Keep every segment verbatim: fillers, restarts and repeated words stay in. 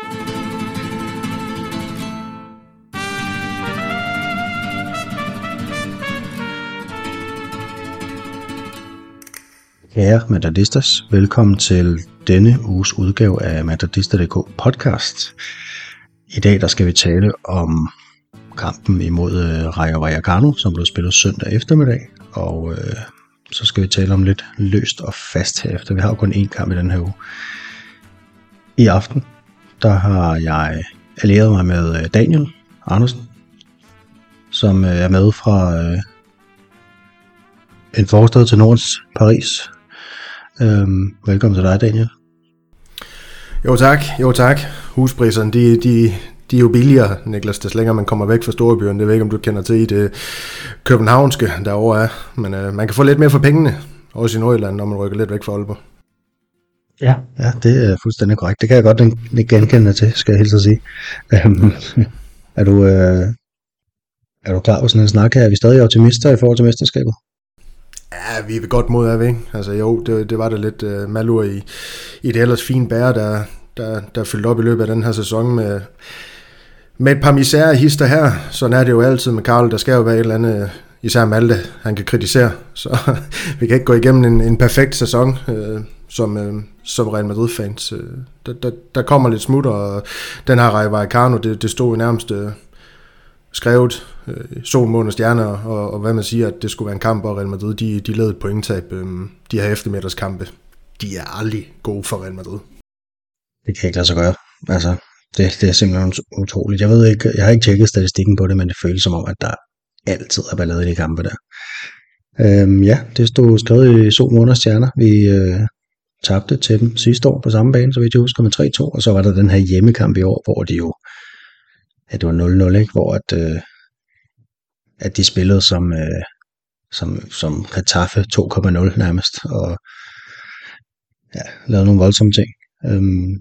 Kære Madridistas, velkommen til denne uges udgave af Madridista punktum d k podcast. I dag der skal vi tale om kampen imod uh, Rayo Vallecano, som blev spillet søndag eftermiddag, og uh, så skal vi tale om lidt løst og fast herefter. Vi har jo kun én kamp i den her uge. I aften der har jeg allieret mig med uh, Daniel Andersen, som uh, er med fra uh, en forstad til Nordens Paris. Øhm, velkommen til dig, Daniel. Jo tak, jo tak. Huspriserne, de, de, de er jo billigere, Niklas, des længere man kommer væk fra storbyen. Det ved ikke, om du kender til i det københavnske derovre er. Men øh, man kan få lidt mere for pengene, også i Nordjylland, når man rykker lidt væk fra Aalborg. Ja, ja, det er fuldstændig korrekt. Det kan jeg godt genkende til, skal jeg hilse at sige. Øhm, er, du, øh, er du klar på sådan en snak her? Er vi stadig optimister i forhold til mesterskabet? Ja, vi er godt mod af, ikke? Altså jo, det, det var da lidt uh, malur i, i det ellers fine bære, der, der, der fyldte op i løbet af den her sæson med, med et par misære hister her. Sådan er det jo altid med Karl, der skal jo være et eller andet, især Malte, han kan kritisere. Så vi kan ikke gå igennem en, en perfekt sæson øh, som, øh, som Real Madrid-fans. Der, der, der kommer lidt smut, og den her Rayo Vallecano, det, det stod jo nærmest øh, skrevet øh, sol, måne og stjerner, og, og hvad man siger, at det skulle være en kamp, og Real Madrid, de, de lavede et pointtab. Øh, de her eftermiddagskampe, de er aldrig gode for Real Madrid. Det kan ikke lade sig gøre. Altså, det, det er simpelthen utroligt. Jeg ved ikke, jeg har ikke tjekket statistikken på det, men det føles som om, at der altid er ballade i de kampe der. Øhm, ja, det stod skrevet i sol, måne og stjerner. Vi øh, tabte til dem sidste år på samme bane, så vidt jeg husker, med tre to, og så var der den her hjemmekamp i år, hvor de jo ja, det var nul nul, ikke? Hvor at, øh, at de spillede som, øh, som, som Getafe to komma nul nærmest, og ja, lavede nogle voldsomme ting. Øhm,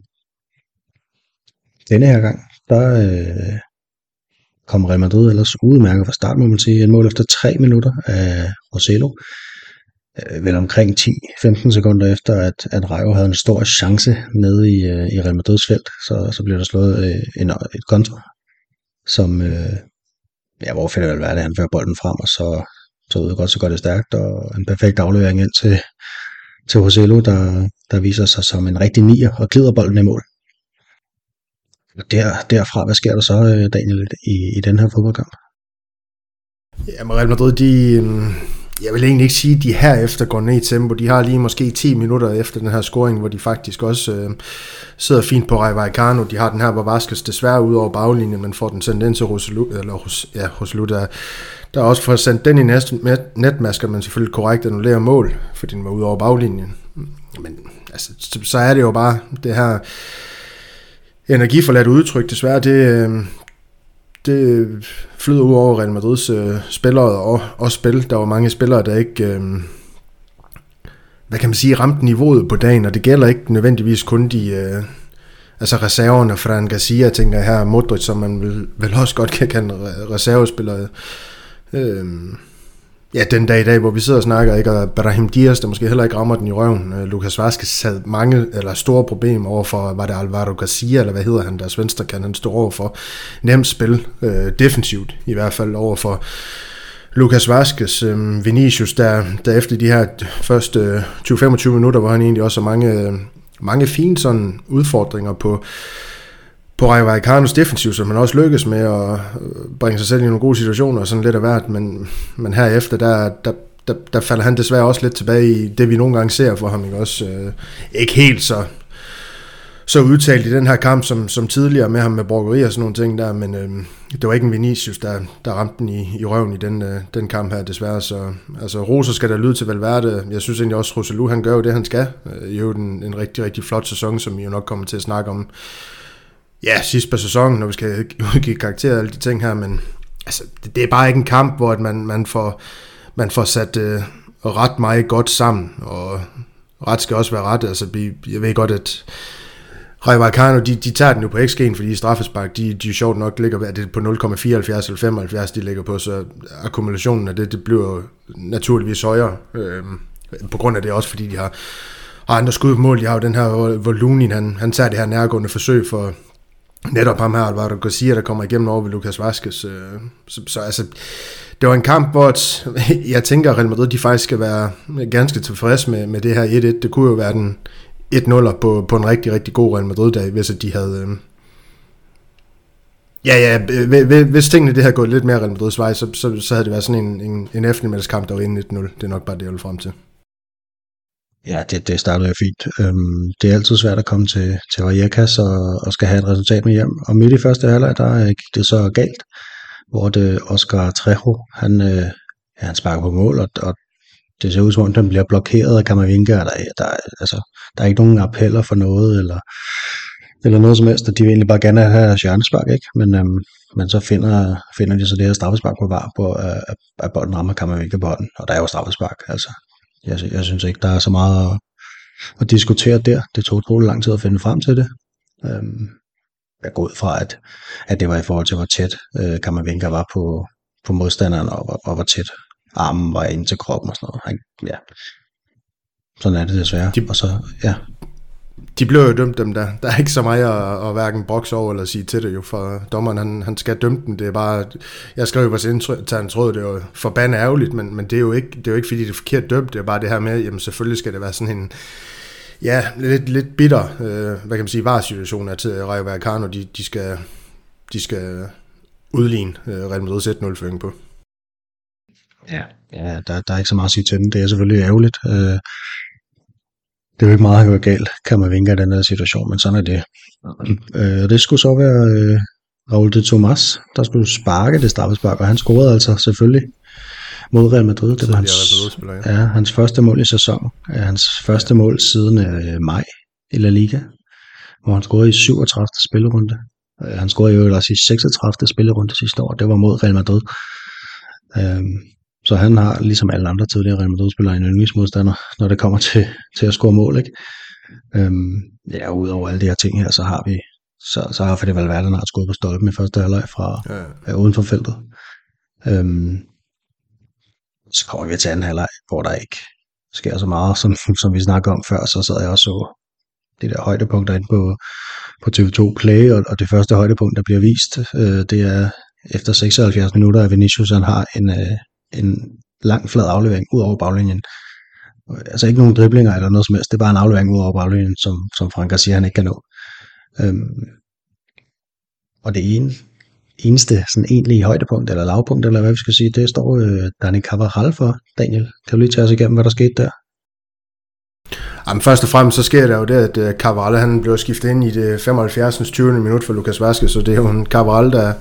denne her gang, der øh, kom Real Madrid ellers udmærket fra start, må man sige. En mål efter tre minutter af Rossello. Øh, vel omkring ti til femten sekunder efter, at, at Rayo havde en stor chance nede i, øh, i Real Madrids felt, så, så blev der slået øh, en, et konto, som, øh, ja, hvor Fede Valverde, han fører bolden frem, og så, så ud godt, så går det stærkt, og en perfekt aflevering ind til, til Rossello, der, der viser sig som en rigtig nier, og glider bolden i mål. Og der, derfra, hvad sker der så, Daniel, i, i den her fodboldkamp? Ja, men Real Madrid, de, jeg vil egentlig ikke sige, at de herefter går ned i tempo. De har lige måske ti minutter efter den her scoring, hvor de faktisk også øh, sidder fint på Rayo Vallecano. De har den her, hvor Vázquez desværre ud over baglinjen, men får den sendt ind til Rossello, eller ja, Rossello, der, der også får sendt den i næste netmasker, men selvfølgelig korrekt annullerer mål, fordi den var ud over baglinjen. Men altså, så er det jo bare det her energiforladt udtryk, desværre, det, øh, det flyder ud over Real Madrids øh, spillere og, og spil. Der var mange spillere, der ikke, øh, hvad kan man sige, ramte niveauet på dagen, og det gælder ikke nødvendigvis kun de, øh, altså reserverne. Fran Garcia, tænker jeg her, Modric, som man vel, vel også godt kan kalde reservespillere. Øh, ja, den dag i dag, hvor vi sidder og snakker, ikke, og Brahim Diaz, der måske heller ikke rammer den i røven. Øh, Lucas Vázquez havde mange, eller store problemer overfor, var det Alvaro Garcia, eller hvad hedder han, deres venstrekant, han stod overfor. Nemt spil, øh, defensivt i hvert fald, overfor Lucas Vázquez. Øh, Vinicius, der, der efter de her første tyve til femogtyve minutter, hvor han egentlig også har mange, mange fine sådan udfordringer på på Rayo Vallecanos defensiv, så man også lykkes med at bringe sig selv i nogle gode situationer og sådan lidt af hvert, men, men herefter, der, der, der, der falder han desværre også lidt tilbage i det, vi nogle gange ser for ham, ikke også øh, ikke helt så, så udtalt i den her kamp, som, som tidligere med ham med brokkeri og sådan nogle ting der, men øh, det var ikke en Vinicius, der, der ramte den i, i røven i den, øh, den kamp her, desværre, så altså roser skal der lyde til Valverde. Jeg synes egentlig også, Rossello, han gør jo det, han skal. Øh, jo en, en rigtig, rigtig flot sæson, som vi jo nok kommer til at snakke om ja, sidst på sæsonen, når vi skal udgive karakterer og alle de ting her, men altså, det, det er bare ikke en kamp, hvor man, man, får, man får sat øh, ret meget godt sammen, og ret skal også være ret. Altså, jeg ved godt, at Rayo Vallecano, de, de tager den jo på X G'en, fordi straffespark, de, de sjovt nok ligger er det på nul komma fireoghalvfjerds eller femoghalvfjerds, de ligger på, så akkumulationen af det, det bliver jo naturligvis højere, øh, på grund af det også, fordi de har, har andre skud på mål. De har jo den her, hvor Lunin, han, han tager det her nærgående forsøg for netop ham her, Alvaro Garcia, der kommer igennem over ved Lucas Vazquez. Øh, så, så altså, det var en kamp, hvor et, jeg tænker, at Real Madrid de faktisk skal være ganske tilfreds med, med det her et et. Det kunne jo være den et nul på, på en rigtig, rigtig god Real Madrid-dag, hvis de havde... Øh, ja, ja, hvis tingene det havde gået lidt mere Real Madrids vej, så, så, så havde det været sådan en, en, en eftermiddagskamp, der var inden et nul. Det er nok bare det, jeg vil frem til. Ja, det, det startede jo fint. Øhm, det er altid svært at komme til, til Vallecas og, og skal have et resultat med hjem. Og midt i første halvleg, der gik det så galt, hvor det Oscar Trejo, han, øh, ja, han sparker på mål, og, og det ser ud som om, den bliver blokeret af Camavinga. Der, der, altså, der er ikke nogen appeller for noget, eller, eller noget som helst, og de vil egentlig bare gerne have hjørnespark, ikke? Men, øhm, men så finder, finder de så det her straffespark på var på, at, at bolden rammer Camavinga på hånden, og der er jo straffespark, altså. Jeg, jeg synes ikke, der er så meget at, at diskutere der. Det tog utrolig lang tid at finde frem til det. Øhm, jeg går ud fra, at, at det var i forhold til, hvor tæt øh, Camavinga var på, på modstanderen, og, og, og hvor tæt armen var ind til kroppen og sådan noget. Han, ja. Sådan er det desværre. De, og så, ja. de blev jo dømt, dem der. Der er ikke så meget at, at hverken brokse over eller sige til det jo, for dommeren han, han skal dømme den. Det er bare, jeg skrev jo på sin tråd, det er jo forbandet ærgerligt, men, men det, er jo ikke, det er jo ikke fordi det er forkert dømt, det er bare det her med, jamen selvfølgelig skal det være sådan en, ja, lidt, lidt bitter, øh, hvad kan man sige, varesituation, at Rayo Vallecano, de, de skal, de skal udligne øh, Real Madrid's et nul føring på. Ja, ja der, der er ikke så meget at sige til den. Det er selvfølgelig ærgerligt. Øh, det er jo ikke meget, der går galt, Camavinga i den her situation, men sådan er det. Øh, det skulle så være øh, Raúl de Tomás, der skulle sparke det straffespark, og han scorede altså selvfølgelig mod Real Madrid. Det var hans, ja, hans første mål i sæsonen. Hans første mål siden øh, maj i La Liga, hvor han scorede i syvogtredivte spillerunde. Øh, han scorede jo også i seksogtredivte spillerunde sidste år. Det var mod Real Madrid. Øh, så han har, ligesom alle andre tidligere Real Madrid-spillere, en yndlingsmodstander, når det kommer til, til at score mål, ikke? Øhm, ja, udover alle de her ting her, så har vi, så, så har Fede Valverde har skudt på stolpen i første halvleg fra ja. Ja, uden for feltet. Øhm, så kommer vi til anden halvleg, hvor der ikke sker så meget, som, som vi snakkede om før, så sad jeg også så de der højdepunkter inde på, på T V to Play, og, og det første højdepunkt, der bliver vist, øh, det er efter seksoghalvfjerds minutter, at Vinicius han har en, øh, en lang flad aflevering ud over baglinjen. Altså ikke nogen driblinger eller noget som helst, det er bare en aflevering ud over baglinjen, som, som Fran Garcia han ikke kan nå. Øhm, og det ene, eneste sådan egentlige højdepunkt, eller lavpunkt, eller hvad vi skal sige, det står øh, Dani Carvajal for. Daniel, kan du lige tage os igennem, hvad der skete der? Jamen, først og fremmest så sker der jo det, at Carvajal han blev skiftet ind i det femoghalvfjerds tyvende minut for Lucas Vazquez, så det er jo en Carvajal, der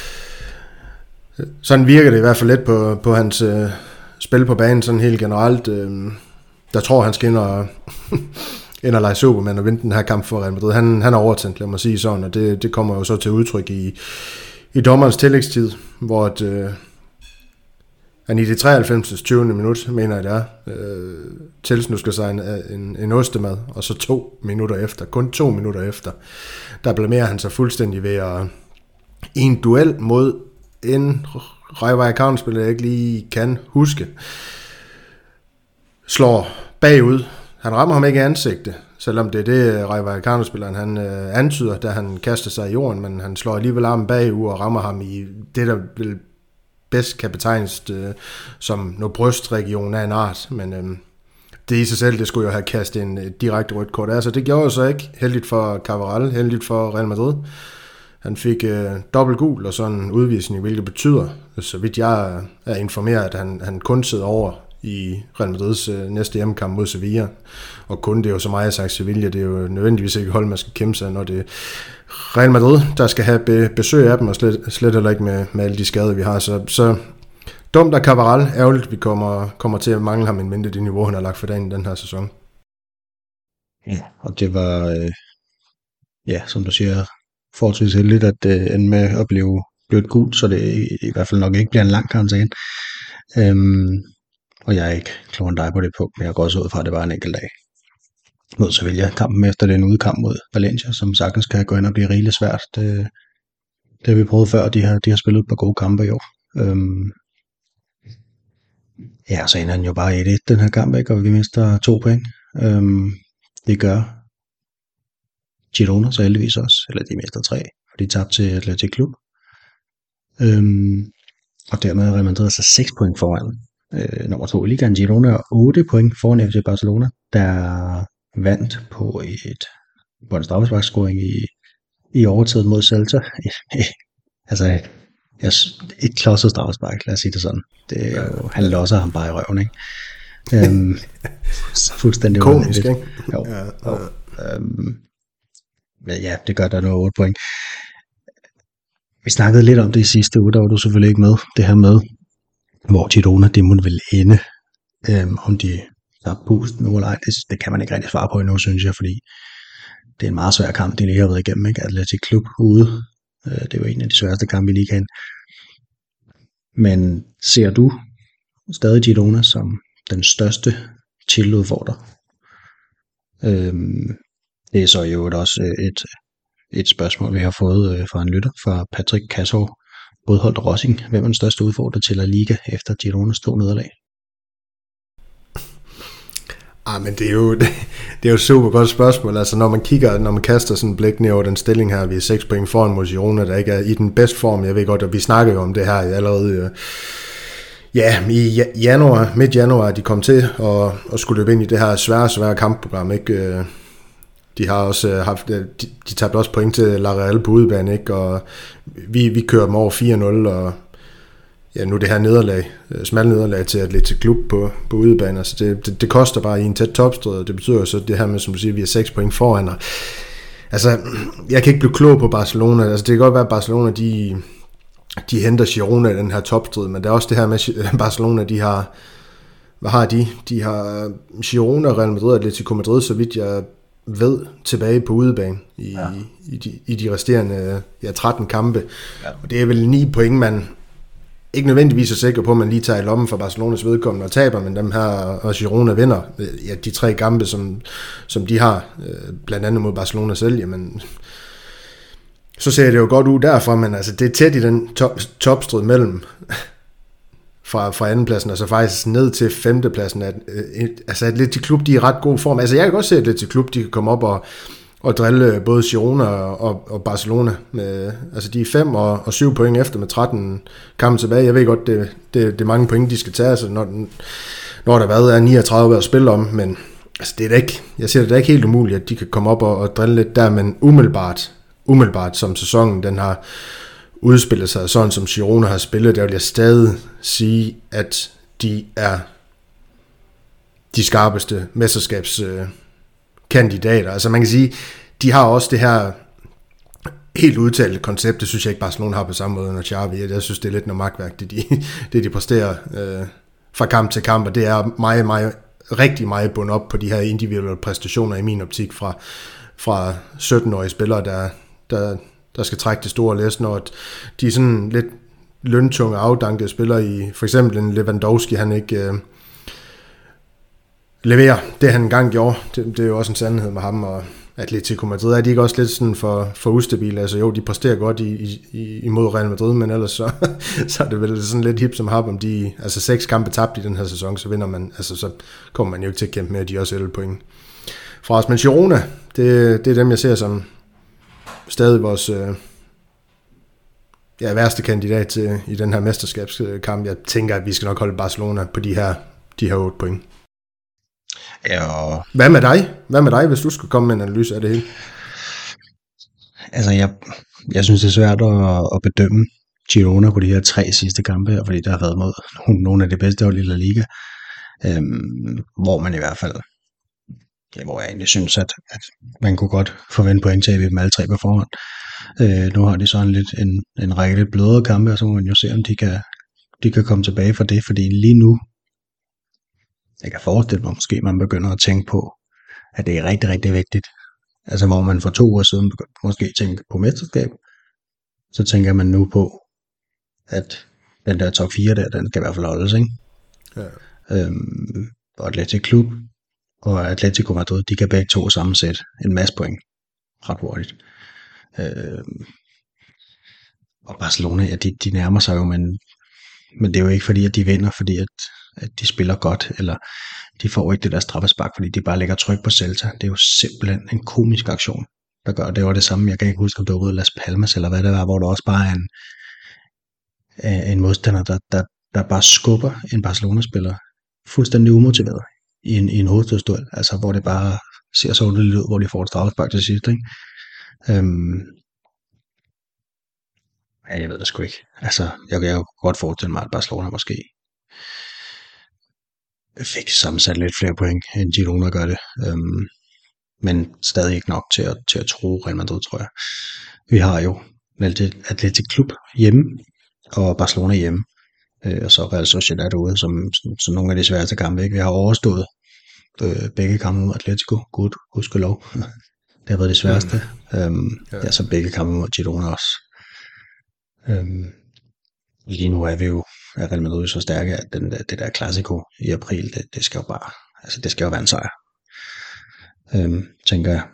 sådan virker det i hvert fald lidt på, på hans øh, spil på banen, sådan helt generelt. Øh, der tror han skal ind og, ind og lege Superman og vinde den her kamp for Real Madrid. Han, han er overtændt, lad mig sige sådan, og det, det kommer jo så til udtryk i, i dommerens tillægstid, hvor at, øh, han i det treoghalvfems tyvende minut, mener jeg det er, øh, tilsnusker sig en, en, en ostemad, og så to minutter efter, kun to minutter efter, der blamerer han sig fuldstændig ved at i en duel mod en Rayo Vallecano-spiller, jeg ikke lige kan huske, slår bagud. Han rammer ham ikke i ansigtet, selvom det er det, Rayo Vallecano-spilleren han øh, antyder, da han kaster sig i jorden, men han slår alligevel armen bagud og rammer ham i det, der vil bedst kan betegnes øh, som noget brystregion af en art, men øh, det i sig selv, det skulle jo have kastet en øh, direkte rødt kort af, så det gjorde jo så ikke. Heldigt for Carvajal, heldigt for Real Madrid. Han fik øh, dobbelt gul og sådan en udvisning, hvilket betyder, så vidt jeg er informeret, at han, han kun sidder over i Real Madrids øh, næste hjemmekamp mod Sevilla. Og kun det er jo så meget sagt Sevilla, det er jo nødvendigvis ikke hold, man skal kæmpe sig, når det er Real Madrid, der skal have be, besøg af dem, og slet, slet heller ikke med, med alle de skader, vi har. Så, så dumt af Carvajal, ærgerligt, vi kommer, kommer til at mangle ham en mindre det niveau, han har lagt for dagen i den her sæson. Ja, og det var, øh, ja, som du siger, forholdsvis heldigt, at det øh, endte med at blive, blive et gult, så det i, i hvert fald nok ikke bliver en lang karantæne. Øhm, og jeg er ikke klogere end dig på det punkt, men jeg går også ud fra, at det var en enkelt dag mod Sevilla. Kampen efter den udkamp mod Valencia, som sagtens kan gå ind og blive rigeligt svært. Det, det har vi prøvet før, de har, de har spillet på gode kampe i år. Øhm, ja, så ender han jo bare et et den her kamp, ikke? Og vi mister to point. Øhm, det gør Girona så heldigvis også, eller de mister tre. og de tabte til Athletic Club. Øhm, og dermed Real Madrid sig seks point foran øh, nummer to i ligaen, Girona, og otte point foran F C Barcelona, der vandt på et på en straffesparksscoring i, i overtiden mod Celta. altså et klodset straffespark, lad os sige det sådan. Det er jo, han losser ham bare i røven, ikke? øhm, fuldstændig komisk, ikke? Jo, ja, jo. Øhm, ja, det gør der nu otte point. Vi snakkede lidt om det i sidste uge, der var du selvfølgelig ikke med, det her med, hvor Girona, det må vel ende, øhm, om de tager boost nu eller ej. Det, det kan man ikke rigtig svare på endnu, synes jeg, fordi det er en meget svær kamp, de lige har været igennem, ikke? Athletic Club ude, øh, det var en af de sværeste kampe i ligaen. Men ser du stadig Girona som den største titeludfordrer? Øhm, det er så jo også et, et spørgsmål, vi har fået øh, fra en lytter, fra Patrick Kassov, Bådholdt Rossing. Hvem er den største udfordrer til La Liga efter Gironas to nederlag? Ah, men det er jo det, det er jo et super godt spørgsmål. Altså når man kigger, når man kaster sådan en blik ned over den stilling her, vi er seks point foran mod Girona, der ikke er i den bedste form. Jeg ved godt, at vi snakker jo om det her allerede. Øh, ja, i januar, midt januar, de kom til at, at skulle løbe ind i det her svære, svære kampprogram, ikke? De har også haft, de, de tabte også point til La Real på udebane, ikke? Og vi, vi kører dem over fire nul, og ja, nu det her nederlag, smal nederlag til Athletic Club på, på udebane, altså det, det, det koster bare i en tæt topstrid, og det betyder jo så det her med, som du siger, vi er seks point foran, og altså, jeg kan ikke blive klog på Barcelona, altså det kan godt være, at Barcelona, de, de henter Girona i den her topstrid, men det er også det her med, Barcelona, de har, hvad har de? De har Girona, Real Madrid og Atletico Madrid, så vidt jeg ved, tilbage på udebane i, ja. i, de, i de resterende ja, tretten kampe, ja. Og det er vel ni point, man ikke nødvendigvis er sikker på, at man lige tager i lommen for Barcelonas vedkommende og taber, men dem her og Girona vinder, ja, de tre kampe, som, som de har, blandt andet mod Barcelona selv, jamen, så ser det jo godt ud derfra, men altså, det er tæt i den top, topstrid mellem fra, fra andenpladsen, og så faktisk ned til femtepladsen, at, altså Athletic Klub, de er i ret god form. Altså jeg kan godt se, at Athletic Klub, de kan komme op og og drille både Girona og, og Barcelona. Med, altså de er fem og, og syv point efter med tretten kampe tilbage. Jeg ved godt, det, det, det er mange point, de skal tage, altså når, når der hvad er niogtredive at spille om, men altså, det er da ikke, jeg ser det da ikke helt umuligt, at de kan komme op og, og drille lidt der, men umiddelbart, umiddelbart som sæsonen den har udspillet sig, sådan som Girona har spillet, der vil jeg stadig sige, at de er de skarpeste mesterskabskandidater. Altså man kan sige, de har også det her helt udtalte koncept, det synes jeg ikke Barcelona har på samme måde end Xavi. Jeg synes, det er lidt noget magtværk, det de, det de præsterer øh, fra kamp til kamp, og det er meget, meget, rigtig meget bundet op på de her individuelle præstationer i min optik fra, fra sytten-årige spillere, der, der, der skal trække det store læs, når de er sådan lidt løntunge afdankede spillere i, for eksempel en Lewandowski, han ikke øh, leverer det, han engang gjorde. Det, det er jo også en sandhed med ham, og Atletico Madrid er de ikke også lidt sådan for, for ustabile. Altså jo, de præsterer godt i, i, imod Real Madrid, men ellers så, så er det vel sådan lidt hip som hap, om de, altså seks kampe tabt i den her sæson, så vinder man, altså så kommer man jo ikke til at kæmpe med, at de også elleve point fra os. Men Girona, det, det er dem, jeg ser som stadig vores øh, ja, værste kandidat til, i den her mesterskabskamp. Jeg tænker, at vi skal nok holde Barcelona på de her, de her otte point. Ja. Hvad med dig? Hvad med dig, hvis du skulle komme med en analyse af det hele? Altså, jeg, jeg synes, det er svært at, at bedømme Girona på de her tre sidste kampe her, fordi der har været mod nogle af de bedste hold i La Liga, øhm, hvor man i hvert fald, ja, hvor jeg egentlig synes, at, at man kunne godt forvente pointtab i dem alle tre på forhånd. Øh, nu har de sådan lidt en, en række lidt blødere kampe, og så må man jo se, om de kan, de kan komme tilbage fra det, fordi lige nu, jeg kan forestille mig, måske man begynder at tænke på, at det er rigtig, rigtig vigtigt. Altså hvor man for to år siden måske tænkte på mesterskab, så tænker man nu på, at den der top fire der, den skal i hvert fald holdes, ikke? Ja. Øhm, og Athletic Club og Atletico Madrid, de kan begge to sammensætte en masse point ret hurtigt. Øhm, og Barcelona, ja, de, de nærmer sig jo, men, men det er jo ikke fordi, at de vinder, fordi at at de spiller godt, eller de får ikke det der straffespark, fordi de bare lægger tryk på Celta. Det er jo simpelthen en komisk aktion. der gør. Det var det samme. Jeg kan ikke huske, om det var Las Palmas, eller hvad det var, hvor der også bare er en, en modstander, der, der, der bare skubber en Barcelona-spiller fuldstændig umotiveret i en, i en hovedstødsduel. Altså, hvor det bare ser så underligt ud, hvor de får et straffespark til sidst, ikke? Øhm, ja, jeg ved det sgu ikke. Altså, jeg kan jo godt forestille mig, at Barcelona måske fik sammensat lidt flere point, end Girona gør det. Øhm, men stadig ikke nok til at, til at tro Real Madrid, tror jeg. Vi har jo Athletic Klub hjemme, og Barcelona hjemme. Øh, og så Real Sociedad derude, som, som, som nogle af de sværeste kampe. Ikke? Vi har overstået øh, begge kampe mod Atletico. Gud, gudskelov. Det har været det sværeste. Mm. Øhm, ja. Ja, så begge kampe mod Girona også. Øhm, lige nu er vi jo er Real Madrid så stærke, at den, det der Clasico i april, det, det skal jo bare, altså det skal jo være en sejr. Øhm, tænker jeg.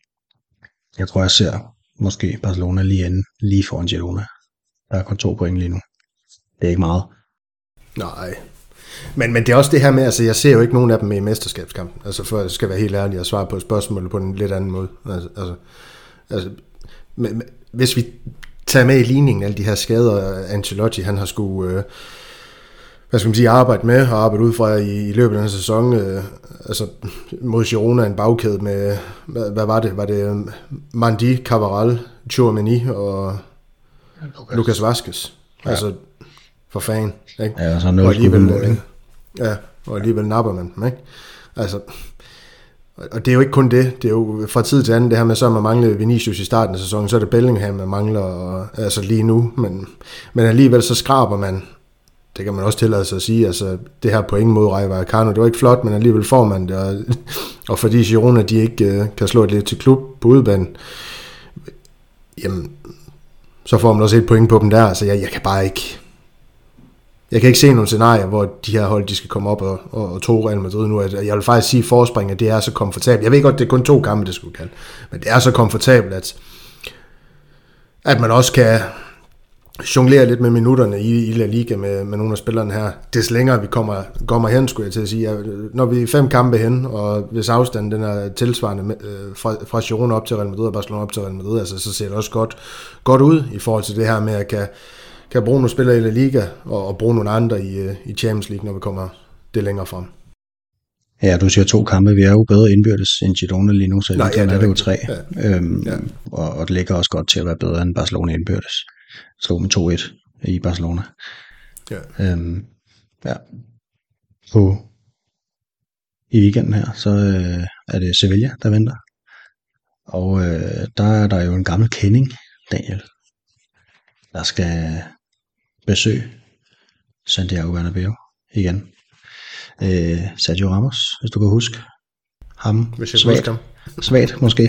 Jeg tror, jeg ser måske Barcelona lige inde, lige foran Girona. Der er kun to point lige nu. Det er ikke meget. Nej. Men, men det er også det her med, altså jeg ser jo ikke nogen af dem med i mesterskabskampen. Altså for jeg skal være helt ærlig og svare på spørgsmålet på en lidt anden måde. Altså, altså, altså men, hvis vi tager med i ligningen alle de her skader, Ancelotti han har skulle, øh, hvad skal man sige, arbejde med og arbejde ud fra i, i løbet af den sæson. Øh, altså mod Girona en bagkæde med, hvad, hvad var det? Var det um, Mandi, Cabral, Tchouaméni og Lucas, Lucas Vázquez? Ja. Altså for fan, ikke? Ja, så og alligevel, øh, ja, og alligevel napper man dem, ikke? Altså, og det er jo ikke kun det, det er jo fra tid til anden det her med, så at man mangler Vinicius i starten af sæsonen, så er det Bellingham, man mangler, og, altså lige nu, men, men alligevel så skraber man, det kan man også tillade sig at sige, altså det her point mod Rayo Vallecano, det var ikke flot, men alligevel får man det, og, og fordi Girona, de ikke uh, kan slå et lidt til klub på udebanen, jamen, så får man også et point på dem der, altså jeg, jeg kan bare ikke, jeg kan ikke se nogle scenarier, hvor de her hold, de skal komme op og, og, og tog Real Madrid nu. Jeg vil faktisk sige, at forspring, at det er så komfortabelt. Jeg ved godt, det er kun to kampe, det skulle kalde. Men det er så komfortabelt, at, at man også kan jonglere lidt med minutterne i, i La Liga med, med nogle af spillerne her. Des længere vi kommer, kommer hen, skulle jeg til at sige. Når vi er fem kampe hen, og hvis afstanden den er tilsvarende øh, fra, fra Girona op til Real Madrid og Barcelona op til Real Madrid, altså, så ser det også godt, godt ud i forhold til det her med, at kan kan bruge nogle spillere i La Liga, og, og bruge nogle andre i, i Champions League, når vi kommer det længere frem. Ja, du siger to kampe. Vi er jo bedre indbyrdes end Girona lige nu, så Nej, ja, det er det jo tre. Ja. Øhm, ja. og, og det ligger også godt til at være bedre end Barcelona indbyrdes. Slå med to et i Barcelona. Ja. Øhm, ja. På i weekenden her, så øh, er det Sevilla, der venter. Og øh, der er der jo en gammel kending, Daniel, der skal besøg Santiago Bernabéu igen. Øh, Sergio Ramos, hvis du kan huske ham. Hvis jeg svagt, huske ham. Svagt måske.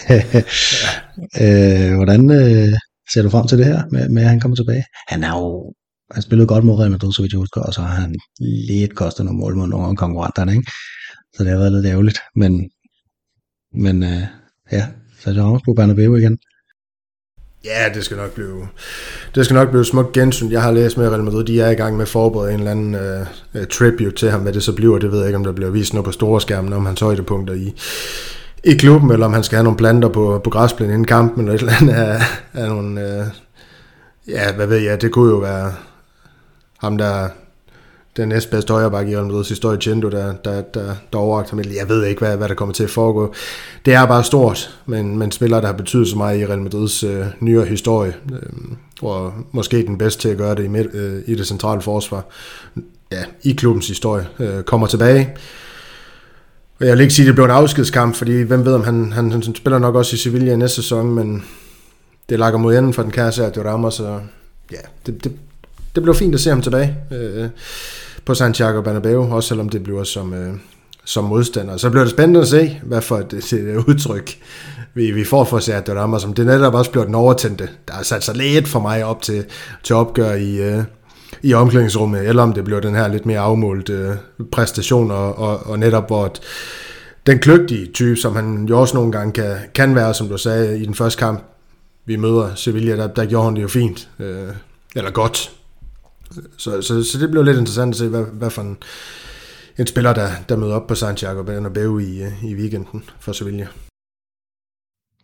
øh, hvordan øh, ser du frem til det her, med, med at han kommer tilbage? Han er jo, han spillede godt mod Real Madrid, så vidt jeg husker, og så har han lidt kostet nogle mål mod nogle af konkurrenterne, ikke? Så det har været lidt ærgerligt, men, men øh, ja, Sergio Ramos på Bernabéu igen. Ja, det skal nok blive det skal nok blive smukt gensyn. Jeg har læst med Real Madrid, de er i gang med at forberede en eller anden uh, tribute til ham, hvad det så bliver. Det ved jeg ikke, om der bliver vist noget på store skærmen om hans højdepunkter i, i klubben, eller om han skal have nogle planter på, på græsplænen inden kampen, eller et eller andet af, af nogle, uh, ja, hvad ved jeg, det kunne jo være ham, der den næstbedste højreback i Real Madrid's historie, Chendo, der, der, der, der overragte ham. Jeg ved ikke, hvad, hvad der kommer til at foregå. Det er bare stort, men, men spiller, der har betydet så meget i Real Madrid's øh, nyere historie, øh, og måske den bedste til at gøre det i, midt, øh, i det centrale forsvar, ja, i klubbens historie, øh, kommer tilbage. Og jeg vil ikke sige, at det bliver en afskedskamp, fordi hvem ved, om han, han, han spiller nok også i Sevilla i næste sæson, men det lakker mod enden for den kære Sergio Ramos, så ja, det, det, det bliver fint at se ham tilbage øh, på Santiago Bernabéu, også selvom det bliver som, øh, som modstander. Så bliver det spændende at se, hvad for et, et udtryk vi, vi får for Sergio Ramos, som det netop også bliver den overtændte. Der har sat sig lidt for mig op til, til opgør i, øh, i omklædningsrummet, eller om det bliver den her lidt mere afmålt øh, præstation, og, og, og netop hvor et, den kløgtige type, som han jo også nogle gange kan, kan være, som du sagde, i den første kamp, vi møder Sevilla, der, der gjorde han det jo fint, øh, eller godt. Så, så, så det bliver lidt interessant at se, hvad, hvad for en, en spiller, der, der møder op på Santiago Bernabéu i, i weekenden for Sevilla.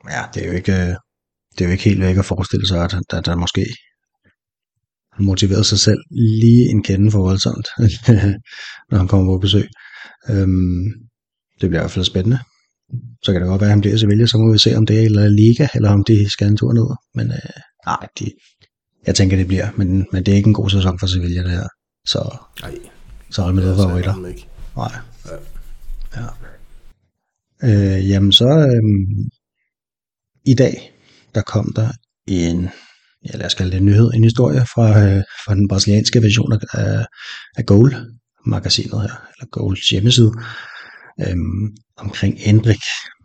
Ja, det er jo ikke, øh, det er jo ikke helt væk at forestille sig, at, at der måske har motiveret sig selv lige en kende for voldsomt, når han kommer på besøg. Øhm, det bliver i hvert fald spændende. Så kan det godt være, at han bliver i Sevilla, så må vi se, om det er La Liga, eller om de skal en tur ned. Men øh, nej, de, jeg tænker, det bliver. Men, men det er ikke en god sæson for Sevilla, det her. Så, nej, så hold med det favoritter. Nej. Ja. Ja. Øh, jamen så, øh, i dag, der kom der en, ja lad os kalde det en nyhed, en historie fra, øh, fra den brasilianske version af, af Goal-magasinet her, eller Goals hjemmeside, øh, omkring Endrick.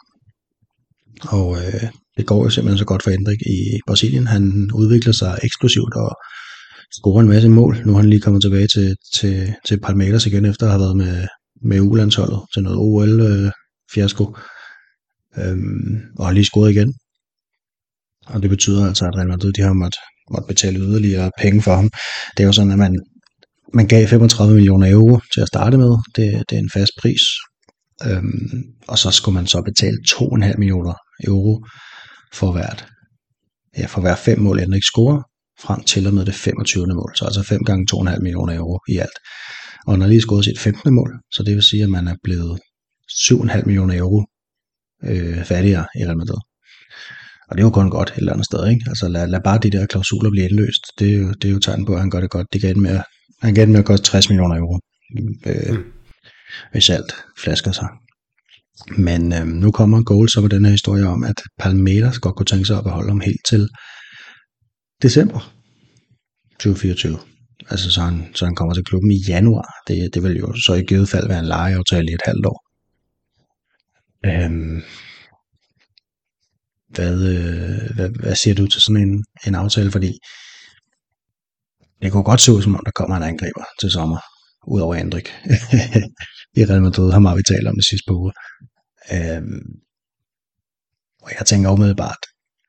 Og øh, det går jo simpelthen så godt for Endrick i Brasilien. Han udvikler sig eksplosivt og scorer en masse mål. Nu er han lige kommet tilbage til, til, til Palmeiras igen, efter at have været med, med U landsholdet til noget O L-fiasko. Øh, øhm, og har lige scoret igen. Og det betyder altså, at Real Madrid de har måttet, måtte betale yderligere penge for ham. Det er jo sådan, at man, man gav femogtredive millioner euro til at starte med. Det, det er en fast pris. Øhm, og så skulle man så betale to komma fem millioner euro for hvert, ja, for hver fem mål, Endrick scorer, frem til og med det femogtyvende mål. Så altså fem gange to komma fem millioner euro i alt. Og han har lige scoret sit femtende mål, så det vil sige, at man er blevet syv komma fem millioner euro øh, fattigere i Real Madrid. Og det er jo kun godt et eller andet sted, ikke? Altså lad, lad bare de der klausuler blive indløst. Det er jo, det er jo tegn på, at han gør det godt. De kan med, han kan med at koste tres millioner euro, øh, mm. hvis alt flasker sig. Men øh, nu kommer Goal så med den her historie om, at Palmeiras godt kunne tænke sig at beholde ham helt til december tyve fireogtyve. Altså så han, så han kommer til klubben i januar. Det, det vil jo så i givet fald være en lejeaftale i et halvt år. Øhm, hvad, øh, hvad, hvad siger du til sådan en, en aftale? Fordi det kunne godt se ud, som om der kommer en angriber til sommer, udover Endrick. I Real Madrid, ham har vi talt om det sidste par uger. Øhm, og jeg tænker umiddelbart,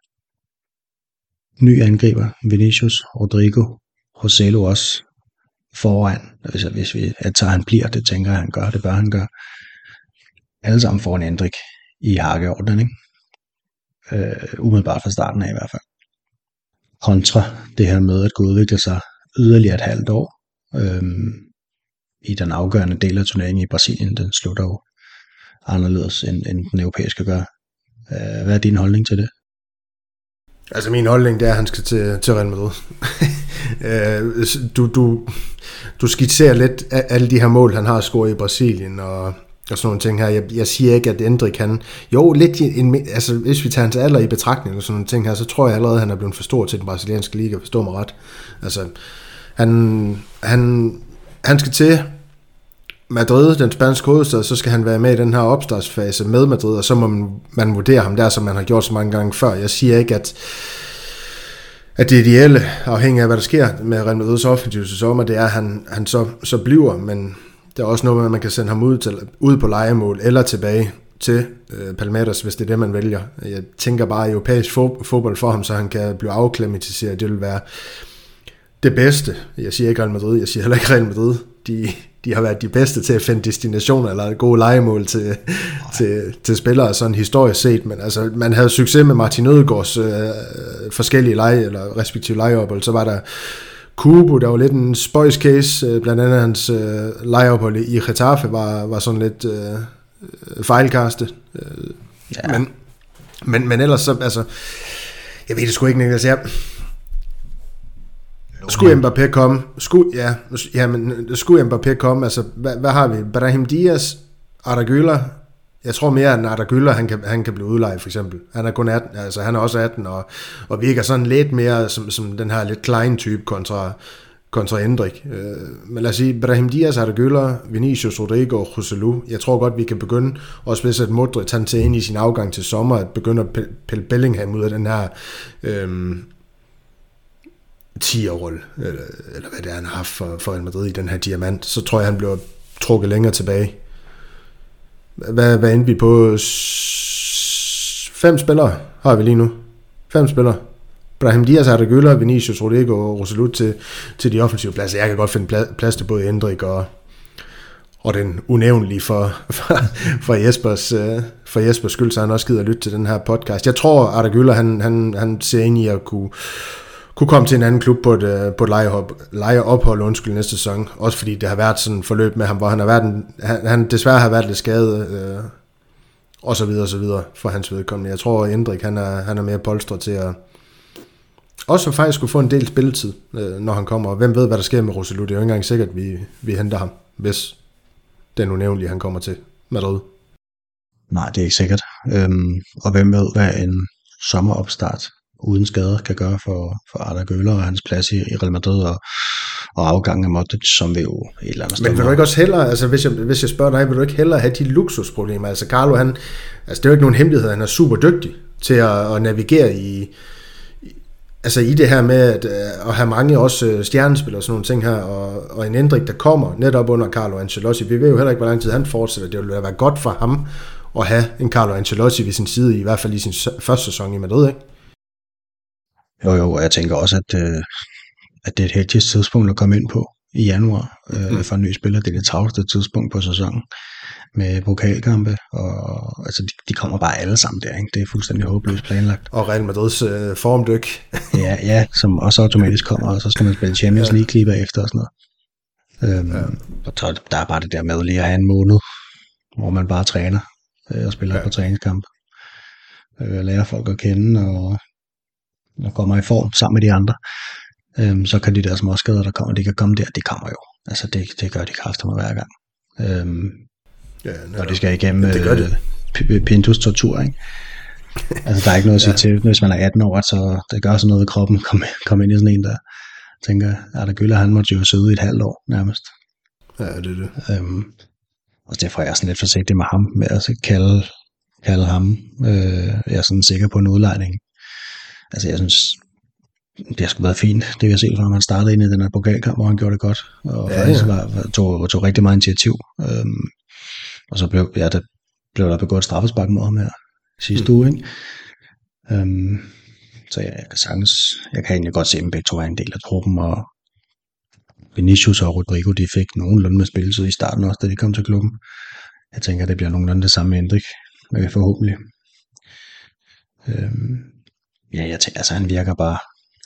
ny angriber, Vinicius, Rodrigo, Rossello også foran, hvis, hvis vi tager han bliver, det tænker jeg han gør, det bør han gøre. Alle sammen foran Endrick i hakkeordnen, ikke? Øh, umiddelbart fra starten af i hvert fald. Kontra det her med at kunne udvikle sig yderligere et halvt år øhm, i den afgørende del af turneringen i Brasilien. Den slutter jo anderledes end, end den europæiske gør. Øh, hvad er din holdning til det? Altså min holdning, det er, at han skal til, til Real Madrid. du, du, du skitserer lidt af alle de her mål, han har scoret i Brasilien, og, og sådan nogle ting her. Jeg, jeg siger ikke, at Endrick kan... Jo, lidt en, altså, hvis vi tager hans alder i betragtning og sådan nogle ting her, så tror jeg allerede, at han er blevet for stor til den brasilianske liga, forstår mig ret. Altså, han, han, han skal til Madrid, den spanske hovedstad, så skal han være med i den her opstartsfase med Madrid, og så må man, man vurdere ham der, som man har gjort så mange gange før. Jeg siger ikke, at, at det ideelle, afhængig af hvad der sker med Real Madrids offensive sæson, det er, at han, han så, så bliver, men der er også noget med, at man kan sende ham ud, til, ud på lejemål, eller tilbage til øh, Palmeiras, hvis det er det, man vælger. Jeg tænker bare europæisk fodbold for ham, så han kan blive afklimatiseret. Det vil være det bedste. Jeg siger ikke Real Madrid, jeg siger heller ikke Real Madrid. De, de har været de bedste til at finde destinationer eller gode lejemål til, til, til spillere, sådan historisk set. Men altså, man havde succes med Martin Ødegaards øh, forskellige leje, eller respektive lejeophold. Så var der Kubo, der var lidt en spøjs case, øh, blandt andet hans øh, lejeophold i Getafe var, var sådan lidt øh, fejlkastet. Øh, ja. men, men, men ellers så, altså, jeg ved det sgu ikke, Niklas, jeg... Skulle Mbappé komme? Skulle, ja, ja, men skulle Mbappé komme? Altså, hvad, hvad har vi? Brahim Diaz, Arda Güler. Jeg tror mere, at Arda Güler, han kan, han kan blive udlejet, for eksempel. Han er kun atten, altså han er også atten, og, og virker sådan lidt mere som, som den her lidt klein type kontra, kontra Endrick. Øh, men lad os sige, Brahim Diaz, Arda Güler, Vinicius, Rodrigo og Rossello. Jeg tror godt, vi kan begynde, også hvis at Modric han tager ind i sin afgang til sommer, at begynde at pille Bellingham ud af den her... Øh, ti-rolle, eller, eller hvad det er, han har haft for, for Real Madrid i den her diamant, så tror jeg, han bliver trukket længere tilbage. Hvad, hvad endte vi på? Fem spillere har vi lige nu. Fem spillere. Brahim Diaz, Arda Güler, Vinicius, Rodrigo og Rossello til, til de offensive pladser. Jeg kan godt finde plads til både Endrick og, og den unævnlige for, for, for, Jespers, øh, for Jespers skyld, så han også gider at lytte til den her podcast. Jeg tror, Arda Güler, han, han, han ser ind i at kunne, kunne komme til en anden klub på et, på et lejeop, lejeophold undskyld, næste sæson. Også fordi det har været sådan et forløb med ham, hvor han, har været en, han, han desværre har været lidt skadet, øh, og så videre, og så videre for hans vedkommende. Jeg tror, at Endrik, han er, han er mere polstret til at også faktisk skulle få en del spilletid, øh, når han kommer. Og hvem ved, hvad der sker med Roselu? Det er jo ikke engang sikkert, at vi, vi henter ham, hvis den unævnlige, han kommer til Madrid. Nej, det er ikke sikkert. Øhm, og hvem ved, hvad en sommeropstart uden skader kan gøre for, for Arda Güler og hans plads i, i Real Madrid og, og afgangen af Modric, som vil jo et eller andet sted. Men vil du ikke også hellere, altså hvis jeg, hvis jeg spørger dig, vil du ikke hellere have de luksusproblemer? Altså Carlo, han, altså det er jo ikke nogen hemmelighed, han er super dygtig til at, at navigere i, i, altså i det her med at, at have mange også stjernespil og sådan nogle ting her, og, og en Endrik, der kommer netop under Carlo Ancelotti. Vi ved jo heller ikke, hvor lang tid han fortsætter. Det vil være godt for ham at have en Carlo Ancelotti ved sin side, i hvert fald i sin første sæson i Madrid, ikke? Jo, jo, og jeg tænker også, at, øh, at det er et heldigt tidspunkt at komme ind på i januar øh, mm. for en ny spiller. Det er det travleste tidspunkt på sæsonen med pokalkampe, og altså, de, de kommer bare alle sammen der, ikke? Det er fuldstændig håbløst planlagt. Og Real Madrids øh, formdyk. ja, ja, som også automatisk kommer, og så skal man spille Champions League lige bagefter og sådan noget. Øhm, ja. Og så, der er bare det der med lige at have en måned, hvor man bare træner øh, og spiller ja. på træningskamp. Øh, lærer folk at kende, og og kommer i form sammen med de andre, øhm, så kan de der småskader, der kommer, de kan komme der, de kommer jo. Altså det, det gør de kræfter med hver gang. Øhm, ja, og de skal igennem det gør det. Øh, Pintus tortur, ikke? Altså der er ikke noget at sige ja. til, hvis man er atten år, så det gør sådan noget ved kroppen, komme kom ind i sådan en, der tænker, Arda Güler, han måtte jo sidde i et halvt år nærmest. Ja, det er det. Øhm, og derfor er jeg sådan lidt forsigtig med ham, med at kalde, kalde ham, øh, jeg er sådan sikker på en udlejning. Altså jeg synes, det har sgu været fint, det vi har set fra ham. Han startede ind i den her pokalkamp, hvor han gjorde det godt, og ja, faktisk ja. Var, tog, tog rigtig meget initiativ. Øhm, og så blev, ja, der, blev der begået straffespark mod ham her sidste mm. uge, ikke? Øhm, så ja, jeg kan sagtens, jeg kan egentlig godt se dem begge to er en del af truppen, og Vinicius og Rodrigo, de fik nogenlunde med spilletid i starten også, da de kom til klubben. Jeg tænker, det bliver nogenlunde det samme med Endrik, men forhåbentlig. Øhm, Ja, jeg tænker, altså han virker bare...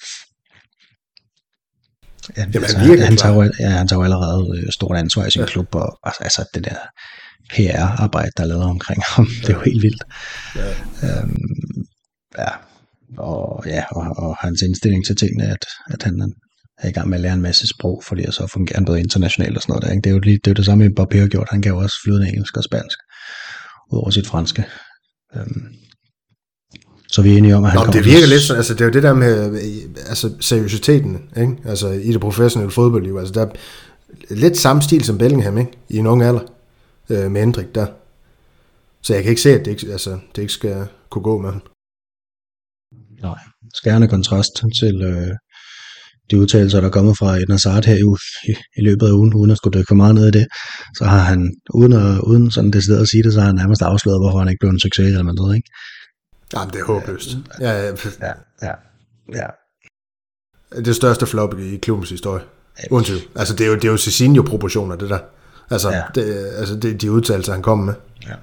Ja, Jamen, altså, han, virker han, tager jo, ja, han tager jo allerede stort ansvar i sin ja. klub, og altså det der P R-arbejde, der er lavet omkring ham, ja. det er jo helt vildt. Ja, øhm, ja. Og, ja, og, og hans indstilling til tingene, at, at han er i gang med at lære en masse sprog, fordi så fungerer han både internationalt og sådan noget der, ikke? Det er jo lige, det, er jo det samme, Mbappé har gjort. Han kan jo også flydende engelsk og spansk, udover sit franske. Øhm, Så vi er enige om, at han Nå, det virker lidt sådan, altså det er jo det der med altså seriøsiteten, ikke? Altså i det professionelle fodboldliv, altså der er lidt samme stil som Bellingham, ikke? I en ung alder, øh, med Endrik der. Så jeg kan ikke se, at det ikke, altså, det ikke skal kunne gå med ham. Nej, skærende kontrast til øh, de udtalelser, der er kommet fra Eden Hazard her i, i, i løbet af ugen, uden at skulle dykke for meget ned i det, så har han, uden, at, uden sådan decideret at sige det, så har han nærmest afsløret, hvorfor han ikke blev en succes i Real Madrid, ikke? Jamen, det er håbløst. Ja, ja, ja, ja, ja. Det største flop i klubbens historie. Uden tvivl. Altså, det er jo, det er jo Cezinho-proportioner, det der. Altså, ja. det, altså det, de udtalelser, han kom med. Ja.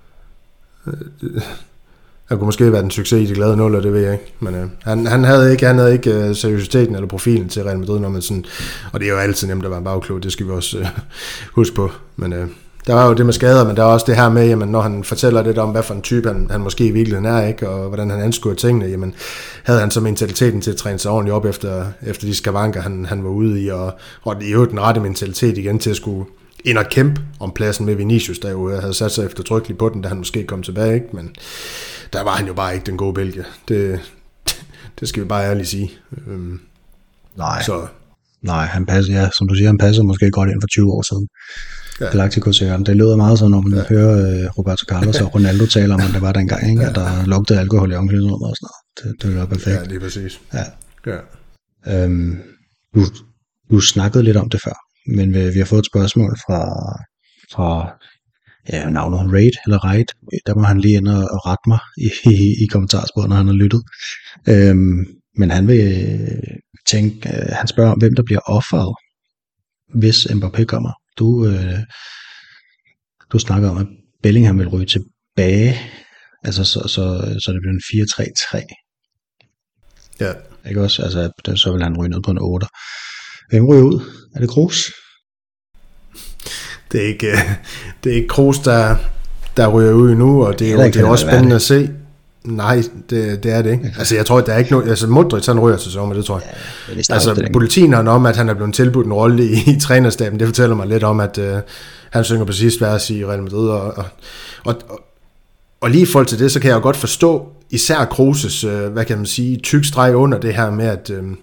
Han kunne måske være en succes i de glade nuller, det ved jeg ikke. Men øh, han, han havde ikke, han havde ikke øh, seriøsiteten eller profilen til Real Madrid, når man sådan, og det er jo altid nemt at være en bagklog, det skal vi også øh, huske på. Men øh, der var jo det med skader, men der er også det her med, jamen, når han fortæller lidt om, hvad for en type han, han måske i virkeligheden er, ikke, og hvordan han anskuer tingene, jamen, havde han så mentaliteten til at træne sig ordentligt op efter, efter de skavanker, han, han var ude i, og, og i øvrigt den rette mentalitet igen til at skulle ind og kæmpe om pladsen med Vinicius, der jo havde sat sig eftertrykkeligt på den, da han måske kom tilbage, ikke, men der var han jo bare ikke den gode Belgier. Det, det skal vi bare ærligt sige. Øhm, Nej, så. Nej, han passer, ja, som du siger, han passer måske godt ind for tyve år siden. Ja. Galacticos-serien. Det lyder meget sådan, når man ja. hører uh, Roberto Carlos og Ronaldo tale om, at det var dengang, ikke? Ja. At der lugtede alkohol i omklædningsrummet og sådan noget. Det, det var perfekt. Ja, det er præcis. Ja. Ja. Øhm, du, du snakkede lidt om det før, men vi, vi har fået et spørgsmål fra, fra ja, navnet Raid, eller Raid. Der må han lige ind og, og rette mig i, i, i kommentarsporet, når han har lyttet. Øhm, men han vil tænke, øh, han spørger om, hvem der bliver offeret, hvis Mbappé kommer. Du, øh, du snakker om, at Bellingham vil ryge tilbage, altså så, så, så det bliver en fire tre tre. Ja. Ikke også? Altså, så vil han ryge ned på en otter. Hvem ryger ud? Er det Kroos? Det er ikke, det er ikke Kroos, der, der ryger ud endnu, og det er, det er, jo, det er også spændende at se. Nej, det, det er det ikke. Okay. Altså, jeg tror, der er ikke noget... Altså, Modric, han ryger til sommer, det tror jeg. Ja, det altså, bulletinerne om, at han er blevet tilbudt en rolle i, i trænerstaben, det fortæller mig lidt om, at uh, han synger på sidste vers i Real Madrid, og, og, og, og, og lige i forhold til det, så kan jeg jo godt forstå, især Kroos' uh, hvad kan man sige, tyk streg under det her med, at uh,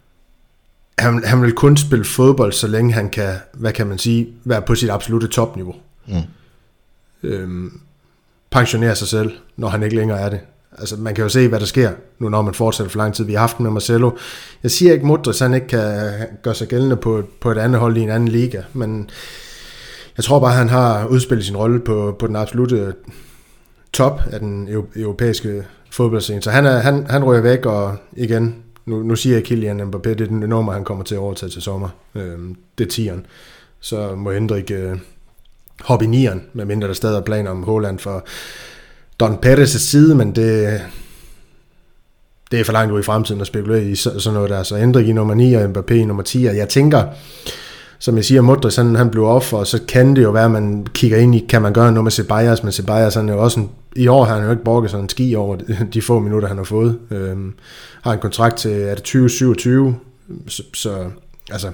han, han vil kun spille fodbold, så længe han kan, hvad kan man sige, være på sit absolutte topniveau. Mm. Øhm, pensionere sig selv, når han ikke længere er det. Altså, man kan jo se, hvad der sker, nu når man fortsætter for lang tid. Vi har haft med Marcelo. Jeg siger ikke, Modric, han ikke kan gøre sig gældende på, på et andet hold i en anden liga, men jeg tror bare, han har udspillet sin rolle på, på den absolutte top af den europæiske fodboldscene. Så han, er, han, han rører væk, og igen, nu, nu siger jeg Kylian Mbappé, det er den nummer, han kommer til at overtage til sommer. Øhm, det er tieren. Så må Hendrik øh, hoppe i nieren, medmindre der stadig er planer om Haaland for Don Perez' side, men det, det er for langt ud i fremtiden at spekulere i sådan noget der. Så Hendrik i nummer ni og Mbappé i nummer ti, og jeg tænker, som jeg siger, Modric, han, han blev offer, og så kan det jo være, at man kigger ind i, kan man gøre noget med Ceballos, men Ceballos, han er jo også en, i år har han jo ikke borget sådan en ski over de få minutter, han har fået. Øhm, har en kontrakt til, er det tyve syvogtyve, så, så altså,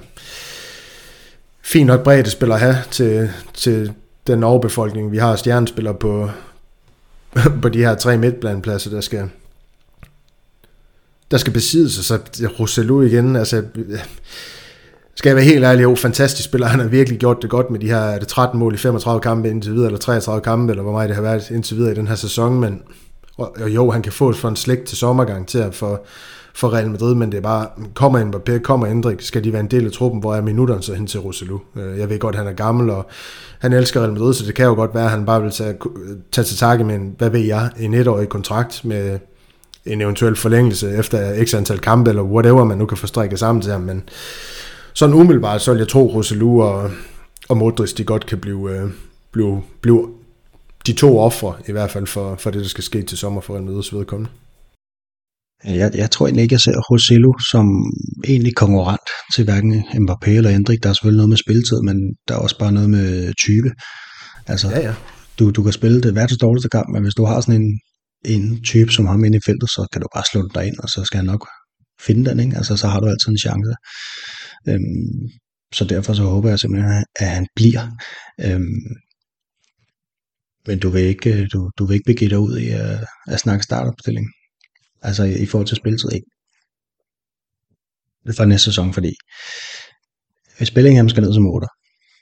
fint nok bredde spiller at have til, til den overbefolkning, vi har stjernespillere på, på de her tre midtbanepladser, der skal der skal besidde sig, så Roselu igen, altså skal jeg være helt ærlig, jo, fantastisk spiller, han har virkelig gjort det godt med de her, er det tretten mål i femogtredive kampe indtil videre, eller treogtredive kampe, eller hvor meget det har været indtil videre i den her sæson, men og, og jo, han kan få for en slægt til sommergang til at for, for Real Madrid, men det er bare, kommer Mbappé, kommer Hendrik, skal de være en del af truppen, hvor er minutterne så hen til Roselu. Jeg ved godt, han er gammel, og han elsker Real Madrid, så det kan jo godt være, at han bare vil tage, tage til takke med en, hvad ved jeg, en etårig kontrakt med en eventuel forlængelse efter x antal kampe, eller whatever man nu kan få strikket sammen til ham, men sådan umiddelbart, så vil jeg tro, Roselu og, og Modric, de godt kan blive, øh, blive, blive de to ofre, i hvert fald for, for det, der skal ske til sommer for Real Madrids vedkommende. Jeg, jeg tror egentlig ikke, jeg ser Roselu som egentlig konkurrent til hverken Mbappé eller Hendrik. Der er selvfølgelig noget med spilletid, men der er også bare noget med type. Altså, ja, ja. Du, du kan spille det verdens dårligste kamp, men hvis du har sådan en, en type som ham inde i feltet, så kan du bare slå den derind, og så skal han nok finde den, ikke? Altså, så har du altid en chance. Øhm, så derfor så håber jeg simpelthen, at han bliver. Øhm, men du vil ikke, du, du vil ikke begive dig ud i at, at snakke startopstilling. Altså i, i forhold til spilletid, ikke? Det er for næste sæson, fordi hvis Bellingham skal ned som otter,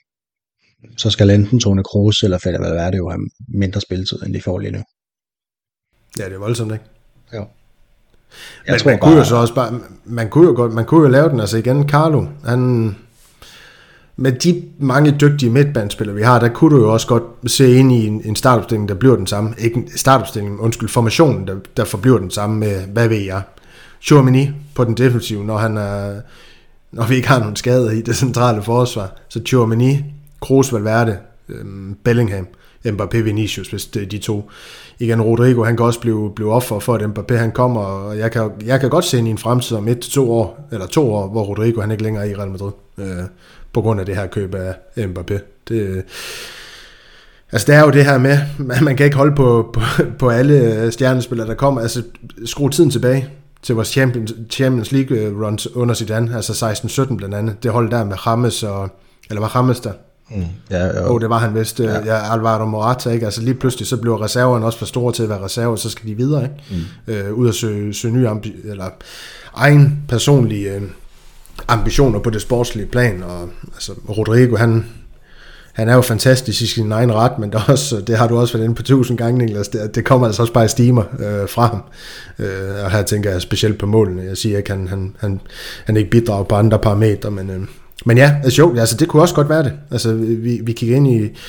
så skal enten Toni Kroos eller Fede Valverde jo have mindre spilletid, end de får lige nu. Ja, det er voldsomt, ikke? Jo. Jeg men tror man bare, kunne jo så også bare, man kunne jo godt, man kunne jo lave den, altså igen, Carlo, han, med de mange dygtige midtbanespillere, vi har, der kunne du jo også godt se ind i en, en startopstilling, der bliver den samme, ikke en startopstilling, undskyld, formationen, der, der forbliver den samme med, hvad ved jeg, Tchouaméni på den defensive, når han er, når vi ikke har nogen skader i det centrale forsvar, så Tchouaméni, Kroos, Valverde, øhm, Bellingham, Mbappé, Vinicius, hvis det er de to. Igen, Rodrigo, han kan også blive, blive offer for, at Mbappé han kommer, og jeg kan, jeg kan godt se ind i en fremtid om et til to år, eller to år, hvor Rodrigo han ikke længere er i Real Madrid, øh, på grund af det her køb af Mbappé. Det, altså det er jo det her med, man kan ikke holde på, på, på alle stjernespillere, der kommer, altså skru tiden tilbage til vores Champions, Champions League runs under Zidane, altså seksten sytten blandt andet, det hold der med James og, eller var James der? Mm, ja, oh, det var han vist. Ja. Ja, Alvaro Morata, ikke? Altså lige pludselig så blev reserverne også for store til at være reserver, så skal de videre, ikke? Mm. Øh, ud at søge, søge nye ambi- eller egen personlige øh, ambitioner på det sportslige plan, og altså Rodrigo, han han er jo fantastisk i sin egen ret, men det, også, det har du også været inde på tusind gange, Niklas. Det, det kommer altså også bare i stimer øh, fra ham. Øh, og her tænker jeg specielt på målene. Jeg siger ikke, han, han, han, han ikke bidrager på andre parametre, men, øh, men ja, altså, jo, altså, det kunne også godt være det. Altså, vi, vi kigger ind i,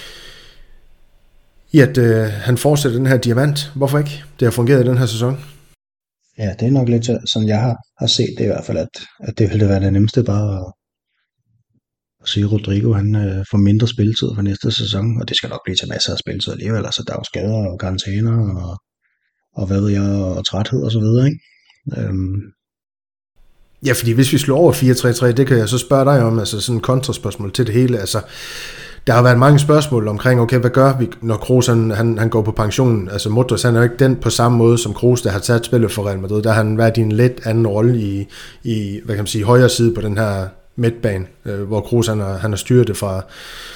i at øh, han fortsætter den her diamant. Hvorfor ikke? Det har fungeret i den her sæson. Ja, det er nok lidt sådan, jeg har, har set det i hvert fald, at, at det ville være det nemmeste bare at sige, Rodrigo han øh, får mindre spilletid for næste sæson, og det skal nok blive til masser af spilletid alligevel. Altså, der er jo skader og karantæner, og, og hvad ved jeg, og træthed og så videre, ikke? Øhm. Ja, fordi hvis vi slår over fire tre tre, det kan jeg så spørge dig om, altså sådan et kontraspørgsmål til det hele. Altså, der har været mange spørgsmål omkring, okay, hvad gør vi, når Kroos han, han, han går på pension? Altså, Modric, han er jo ikke den på samme måde som Kroos, der har taget spillet for Real Madrid. Der har han været i en lidt anden rolle i, i hvad kan man sige, højre side på den her midtbane, øh, hvor Kroos han har, han har styret det fra,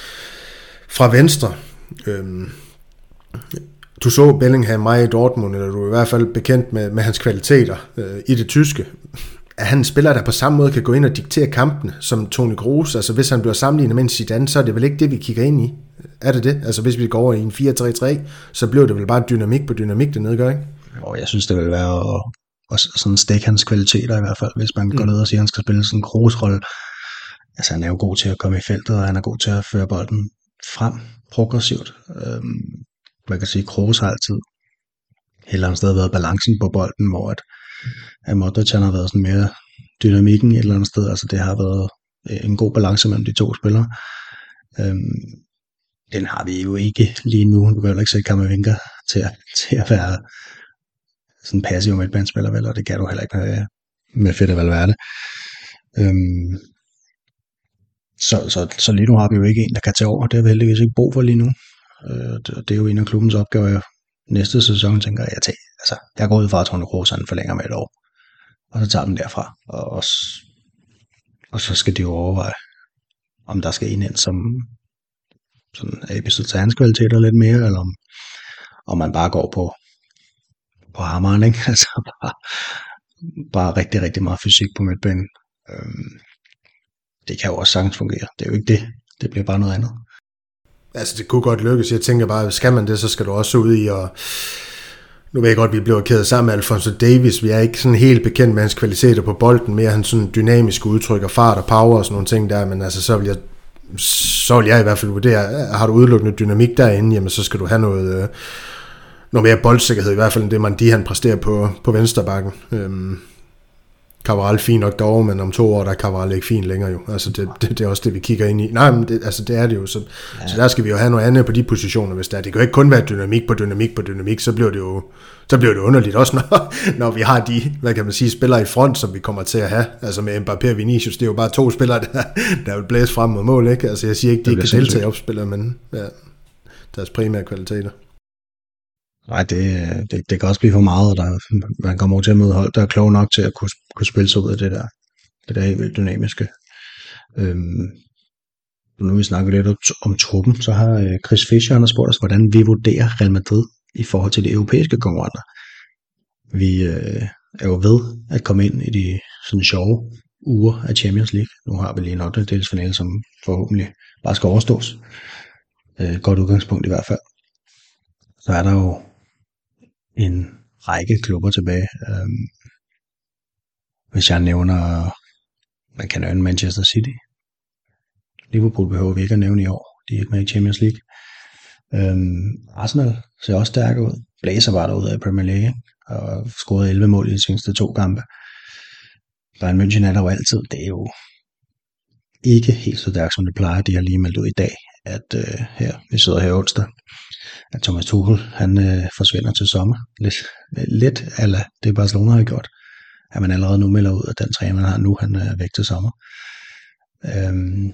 fra venstre. Øhm, du så Bellingham meget i Dortmund, eller du er i hvert fald bekendt med, med hans kvaliteter øh, i det tyske. At han spiller, der på samme måde kan gå ind og diktere kampene, som Toni Kroos. Altså hvis han bliver sammenlignet med en Zidane, så er det vel ikke det, vi kigger ind i. Er det det? Altså hvis vi går over i en fire tre tre, så bliver det vel bare dynamik på dynamik dernede, gør ikke? Og jeg synes, det vil være at, at sådan stikke hans kvaliteter i hvert fald, hvis man mm. går ned og siger, at han skal spille sådan en Kroos-rolle. Altså han er jo god til at komme i feltet, og han er god til at føre bolden frem progressivt. Øhm, man kan sige, at Kroos har altid heller andet sted været balancen på bolden, hvor at, at Modric har været sådan mere dynamikken et eller andet sted. Altså det har været en god balance mellem de to spillere. Øhm, den har vi jo ikke lige nu. Du kan jo ikke sætte Camavinga til at, til at være sådan en passiv midtbanespiller, vel, og det kan du heller ikke med, med Fede Valverde. Øhm, så, så, så lige nu har vi jo ikke en, der kan tage over. Det har vi heldigvis ikke brug for lige nu. Øh, det, det er jo en af klubbens opgaver. Næste sæson tænker jeg, at altså, jeg går ud fra, at Toni Kroos han forlænger med et år. Og så tager den derfra. Og, og, og så skal de jo overveje, om der skal en ind, som sådan er i besiddelse af hans kvaliteter lidt mere, eller om, om man bare går på, på hammeren, ikke? Altså bare, bare rigtig, rigtig meget fysik på midtbanen. Øhm, det kan jo også sagtens fungere. Det er jo ikke det. Det bliver bare noget andet. Altså det kunne godt lykkes. Jeg tænker bare, skal man det, så skal du også ud i og nu ved jeg godt, at vi blev kædet sammen med Alphonso Davies. Vi er ikke sådan helt bekendt med hans kvaliteter på bolden, mere hans sådan dynamiske udtryk og fart og power og sådan nogle ting der, men altså så vil jeg, så vil jeg i hvert fald vurdere, har du udelukkende dynamik derinde, jamen så skal du have noget, øh, noget mere boldsikkerhed i hvert fald, end det man de han præsterer på, på venstrebakken. Øhm, Cabral fint nok derovre, men om to år, der er Cabral ikke fint længere jo. Altså det, det, det er også det, vi kigger ind i. Nej, men det, altså det er det jo. Så, ja. Så der skal vi jo have noget andet på de positioner, hvis det er. Det kan jo ikke kun være dynamik på dynamik på dynamik, så bliver det jo, så bliver det underligt også, når, når vi har de, hvad kan man sige, spillere i front, som vi kommer til at have. Altså med Mbappé og Vinicius, det er jo bare to spillere, der, der vil blæse frem mod mål, ikke? Altså jeg siger ikke, de ikke kan deltage i opspillet, men ja, deres primære kvaliteter. Nej, det, det, det kan også blive for meget, og der, man kommer over til at møde hold, der er klog nok til at kunne, kunne spille sig ud af det der, det der helt vildt dynamiske. Øhm, nu vi snakker lidt om, om truppen, så har øh, Chris Fischer han har spurgt os, hvordan vi vurderer Real Madrid i forhold til de europæiske konkurrenter. Vi øh, er jo ved at komme ind i de sådan sjove uger af Champions League. Nu har vi lige en ottendedelsfinale, som forhåbentlig bare skal overstås. Øh, godt udgangspunkt i hvert fald. Så er der jo en række klubber tilbage. Øhm, hvis jeg nævner, man kan nævne Manchester City. Liverpool behøver vi ikke at nævne i år. De er ikke med i Champions League. Øhm, Arsenal ser også stærke ud. Blæser bare derude af Premier League, og scoret elleve mål i de seneste to kampe. Bayern München er der jo altid. Det er jo ikke helt så stærkt, som det plejer. De har lige meldt ud i dag, at øh, her, vi sidder her onsdag, at Thomas Tuchel, han øh, forsvinder til sommer. Lidt, lidt ala det Barcelona har gjort. At man allerede nu melder ud, at den træner, man har nu, han er væk til sommer. Øhm,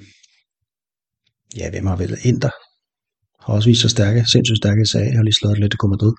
ja, hvem har vel Inter? Har også vist sig stærke, sindssygt stærke i sag. Har lige slået lidt til Madrid.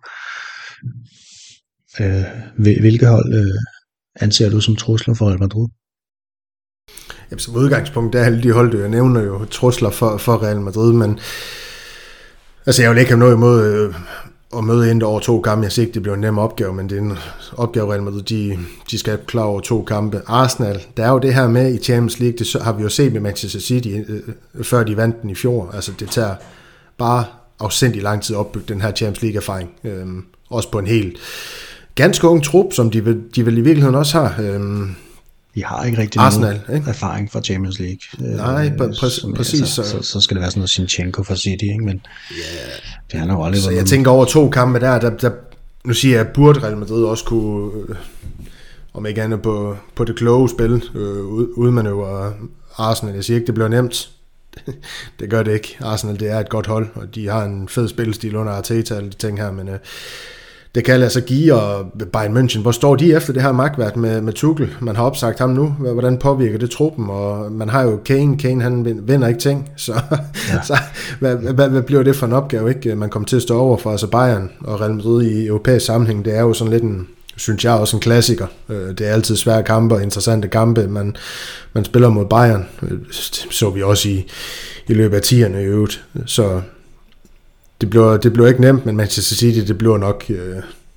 Øh, hvilke hold øh, anser du som trusler for Real Madrid? Jamen, som udgangspunkt, der er alle de hold, du jeg nævner jo trusler for, for Real Madrid, men altså jeg vil ikke have noget imod øh, at møde Inter over to kampe. Jeg siger ikke, det bliver en nem opgave, men det er en opgave, Real Madrid, de, de skal klar over to kampe. Arsenal, der er jo det her med i Champions League, det har vi jo set med Manchester City, øh, før de vandt den i fjor. Altså det tager bare afsindig lang tid at opbygge den her Champions League-erfaring. Øh, også på en helt ganske ung trup, som de vil, de vil i virkeligheden også har. Øh, De har ikke rigtig Arsenal, nogen ikke? erfaring fra Champions League. Nej, øh, præ- præcis. Altså, så, så skal det være sådan noget Zinchenko fra City, ikke? Men yeah. det har nok aldrig så været. jeg tænker over to kampe der, der, der nu siger jeg, at burde Real Madrid også kunne, øh, om ikke andet på, på det kloge spil, øh, udmanøvre Arsenal. Jeg siger ikke, det bliver nemt, det gør det ikke. Arsenal, det er et godt hold, og de har en fed spilstil under Arteta og alle de ting her, men øh, det kan lade sig give, og Bayern München, hvor står de efter det her magtværk med, med Tuchel? Man har opsagt ham nu, hvordan påvirker det truppen, og man har jo Kane, Kane han vinder ikke ting, så, ja. så hvad, hvad, hvad bliver det for en opgave, ikke? Man kommer til at stå over for, altså Bayern og Real Madrid i europæisk sammenhæng, det er jo sådan lidt en, synes jeg, også en klassiker. Det er altid svære kampe og interessante kampe, man, man spiller mod Bayern, det så vi også i, i løbet af tierne i øvrigt, så det bliver, det bliver ikke nemt, men Manchester City, det bliver nok, øh,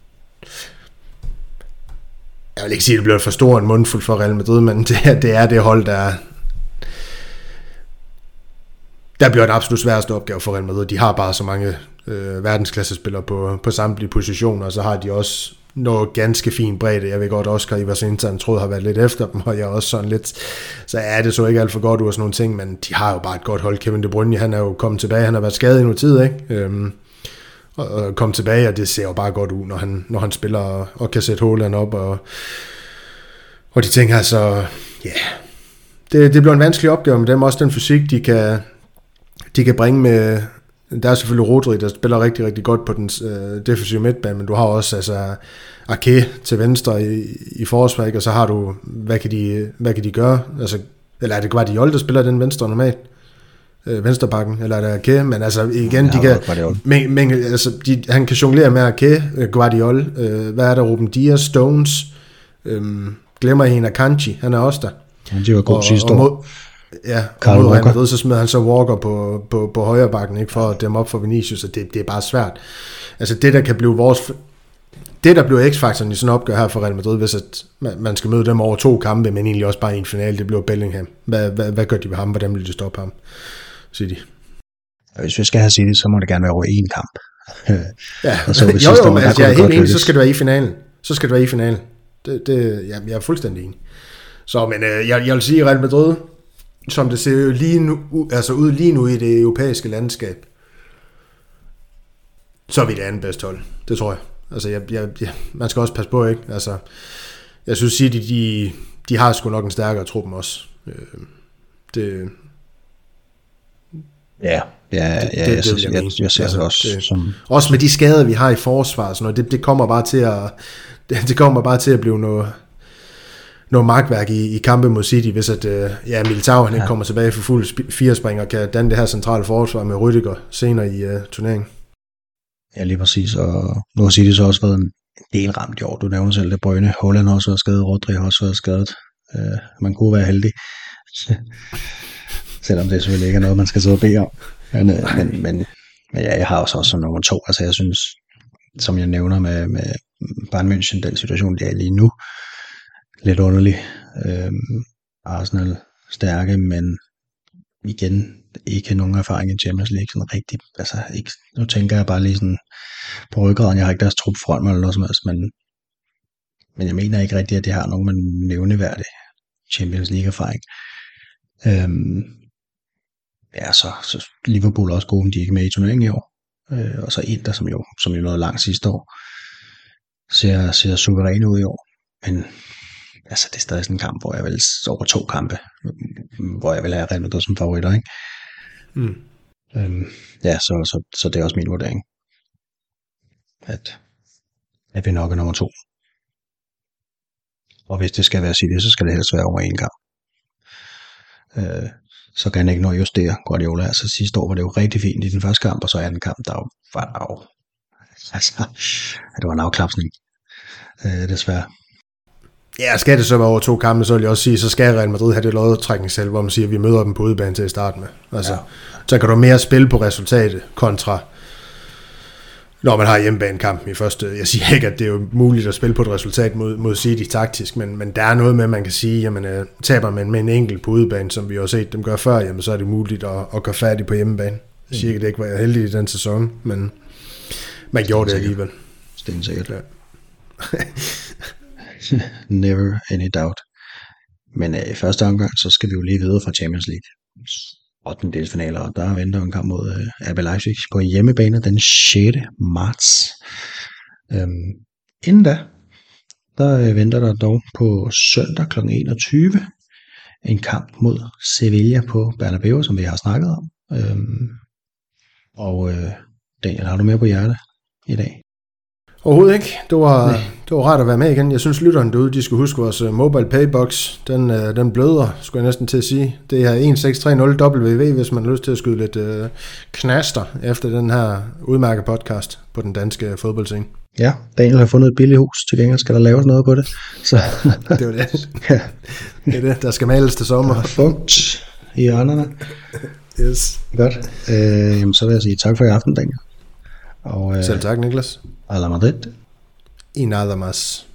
jeg vil ikke sige, at det bliver for stor en mundfuld for Real Madrid, men det, det er det hold, der der bliver en absolut sværeste opgave for Real Madrid. De har bare så mange øh, verdensklassespillere på, på samtlige positioner, og så har de også noget ganske fint bredde. Jeg ved godt, Oscar Iversen troede har været lidt efter dem, og jeg er også sådan lidt, så er det så ikke alt for godt ud af sådan nogle ting, men de har jo bare et godt hold. Kevin De Bruyne, han er jo kommet tilbage, han har været skadet i noget tid, ikke? Øhm, og, og kommet tilbage, og det ser jo bare godt ud, når han, når han spiller og, og kan sætte Haaland op, og, og de ting her, så ja, yeah. det, det bliver en vanskelig opgave med dem, også den fysik, de kan, de kan bringe med. Der er selvfølgelig Rodri, der spiller rigtig, rigtig godt på den øh, defensive midtbane, men du har også altså Ake til venstre i, i forsvar, og så har du, hvad kan de, hvad kan de gøre? Altså, eller er det Guardiola, der spiller den venstre normalt? Øh, venstrebakken, eller er det Ake? Men altså igen, ja, de kan, men, men, altså, de, han kan jonglere med Ake, Guardiola, øh, hvad er der, Ruben Dias, Stones, øh, glemmer en af Kanji, han er også der. Kanji var god sidste år. Ja, og mod Madrid, så smed han så Walker på, på, på højre bakken, ikke, for at dæmme op for Vinicius, og det, det er bare svært. Altså det, der kan blive vores, det, der bliver X-faktoren i sådan en opgør her for Real Madrid, hvis at man skal møde dem over to kampe, men egentlig også bare i en finale, det bliver Bellingham. Hvad, hvad, hvad gør de ved ham? Hvordan vil de stoppe ham? City. Hvis vi skal have City, så må det gerne være over en kamp. Ja, og så, jo, jo, jo, men altså, jeg er helt enig, så skal det være i finalen. Så skal det være i finalen. Det, det, ja, jeg er fuldstændig enig. Så, men øh, jeg, jeg vil sige, Real Madrid, som det ser jo lige nu, altså ud lige nu i det europæiske landskab, så er vi det andet bedste hold. Det tror jeg. Altså, jeg, jeg, jeg, man skal også passe på, ikke? Altså, jeg synes, City, de, de har sgu nok en stærkere truppen også. Det... Ja, ja, det, ja, det, jeg, synes, jeg, jeg, jeg ser altså, det også det, som... Også med de skader, vi har i forsvar, sådan noget, det, det kommer bare til at det, det kommer bare til at blive noget noget magtværk i, i kampe mod City, hvis at uh, ja, Militao han ja. ikke kommer tilbage for fuld firespring og kan danne det her centrale forsvar med Rüdiger senere i uh, turneringen. Ja, lige præcis, og nu har City så også været en del ramt i år. Du nævner selv det, Brøgne. Haaland har også været skadet, Rodri har også været skadet. Uh, man kunne være heldig. Selvom det selvfølgelig ikke er noget, man skal sidde og bede om. Men, uh, men, men, men ja, jeg har også også som nummer to. Altså jeg synes, som jeg nævner med, med Bayern München, den situation, de er lige nu, lidt underlig. Øhm, Arsenal stærke, men igen, ikke nogen erfaring i Champions League, sådan rigtigt. Altså, ikke, nu tænker jeg bare lige sådan på ryggraden, jeg har ikke deres trup foran mig eller noget som helst, men, men jeg mener ikke rigtigt, at de har nogen med nævneværdig Champions League erfaring. Øhm, ja, så, så Liverpool er også gode, men de er ikke med i turneringen i år. Øh, og så Inter, som jo, som jo nåede langt sidste år, ser, ser suveræne ud i år, men altså, det er stadig sådan en kamp, hvor jeg vil over to kampe, hvor jeg vil have Real Madrid som favoritter, ikke? Mm. Øhm, ja, så, så, så det er også min vurdering, at, at vi nok er nummer to. Og hvis det skal være City, så skal det helst være over en kamp. Øh, så kan han ikke nå at justere Guardiola. Altså sidste år var det jo rigtig fint i den første kamp, og så anden kamp, der var der jo, altså, det var en afklapsning, øh, desværre. Ja, skal det så være over to kampe, så vil jeg også sige, så skal Real Madrid have det lodtrækning selv, hvor man siger, at vi møder dem på udebane til at starte med. Altså, ja. Så kan du mere spille på resultatet kontra, når man har hjemmebanekampen i første. Jeg siger ikke, at det er jo muligt at spille på et resultat mod, mod City taktisk, men, men der er noget med, man kan sige, jamen taber man med en enkelt på udebane, som vi har set dem gøre før, jamen så er det muligt at, at gøre færdig på hjemmebane. Jeg siger ikke, at det ikke var heldigt i den sæson, men man gjorde det alligevel. Stensikkert. Ja. Never any doubt. Men øh, i første omgang, så skal vi jo lige videre fra Champions League. ottendedelsfinaler, og der venter en kamp mod øh, R B Leipzig på hjemmebane den sjette marts. Øhm, inden da, der øh, venter der dog på søndag klokken enogtyve en kamp mod Sevilla på Bernabeu, som vi har snakket om. Øhm, og øh, Daniel, har du mere på hjerte i dag? Overhovedet ikke. Det var, det var rart at være med igen. Jeg synes, lytterne derude, de skulle huske vores mobile paybox. Den, øh, den bløder, skulle jeg næsten til at sige. Det er et seks tre nul W W, hvis man har lyst til at skyde lidt øh, knaster efter den her udmærkede podcast på den danske fodboldscene. Ja, Daniel har fundet et billigt hus. Til gengæld skal der laves noget på det. Så. Det var det. Ja. Det er det. Der skal males til sommer. Funkt i hjørnerne. Yes. Godt. Øh, jamen, så vil jeg sige tak for i aften, Daniel. Og, øh, Selv tak, Niklas. A la Madrid. Y nada más.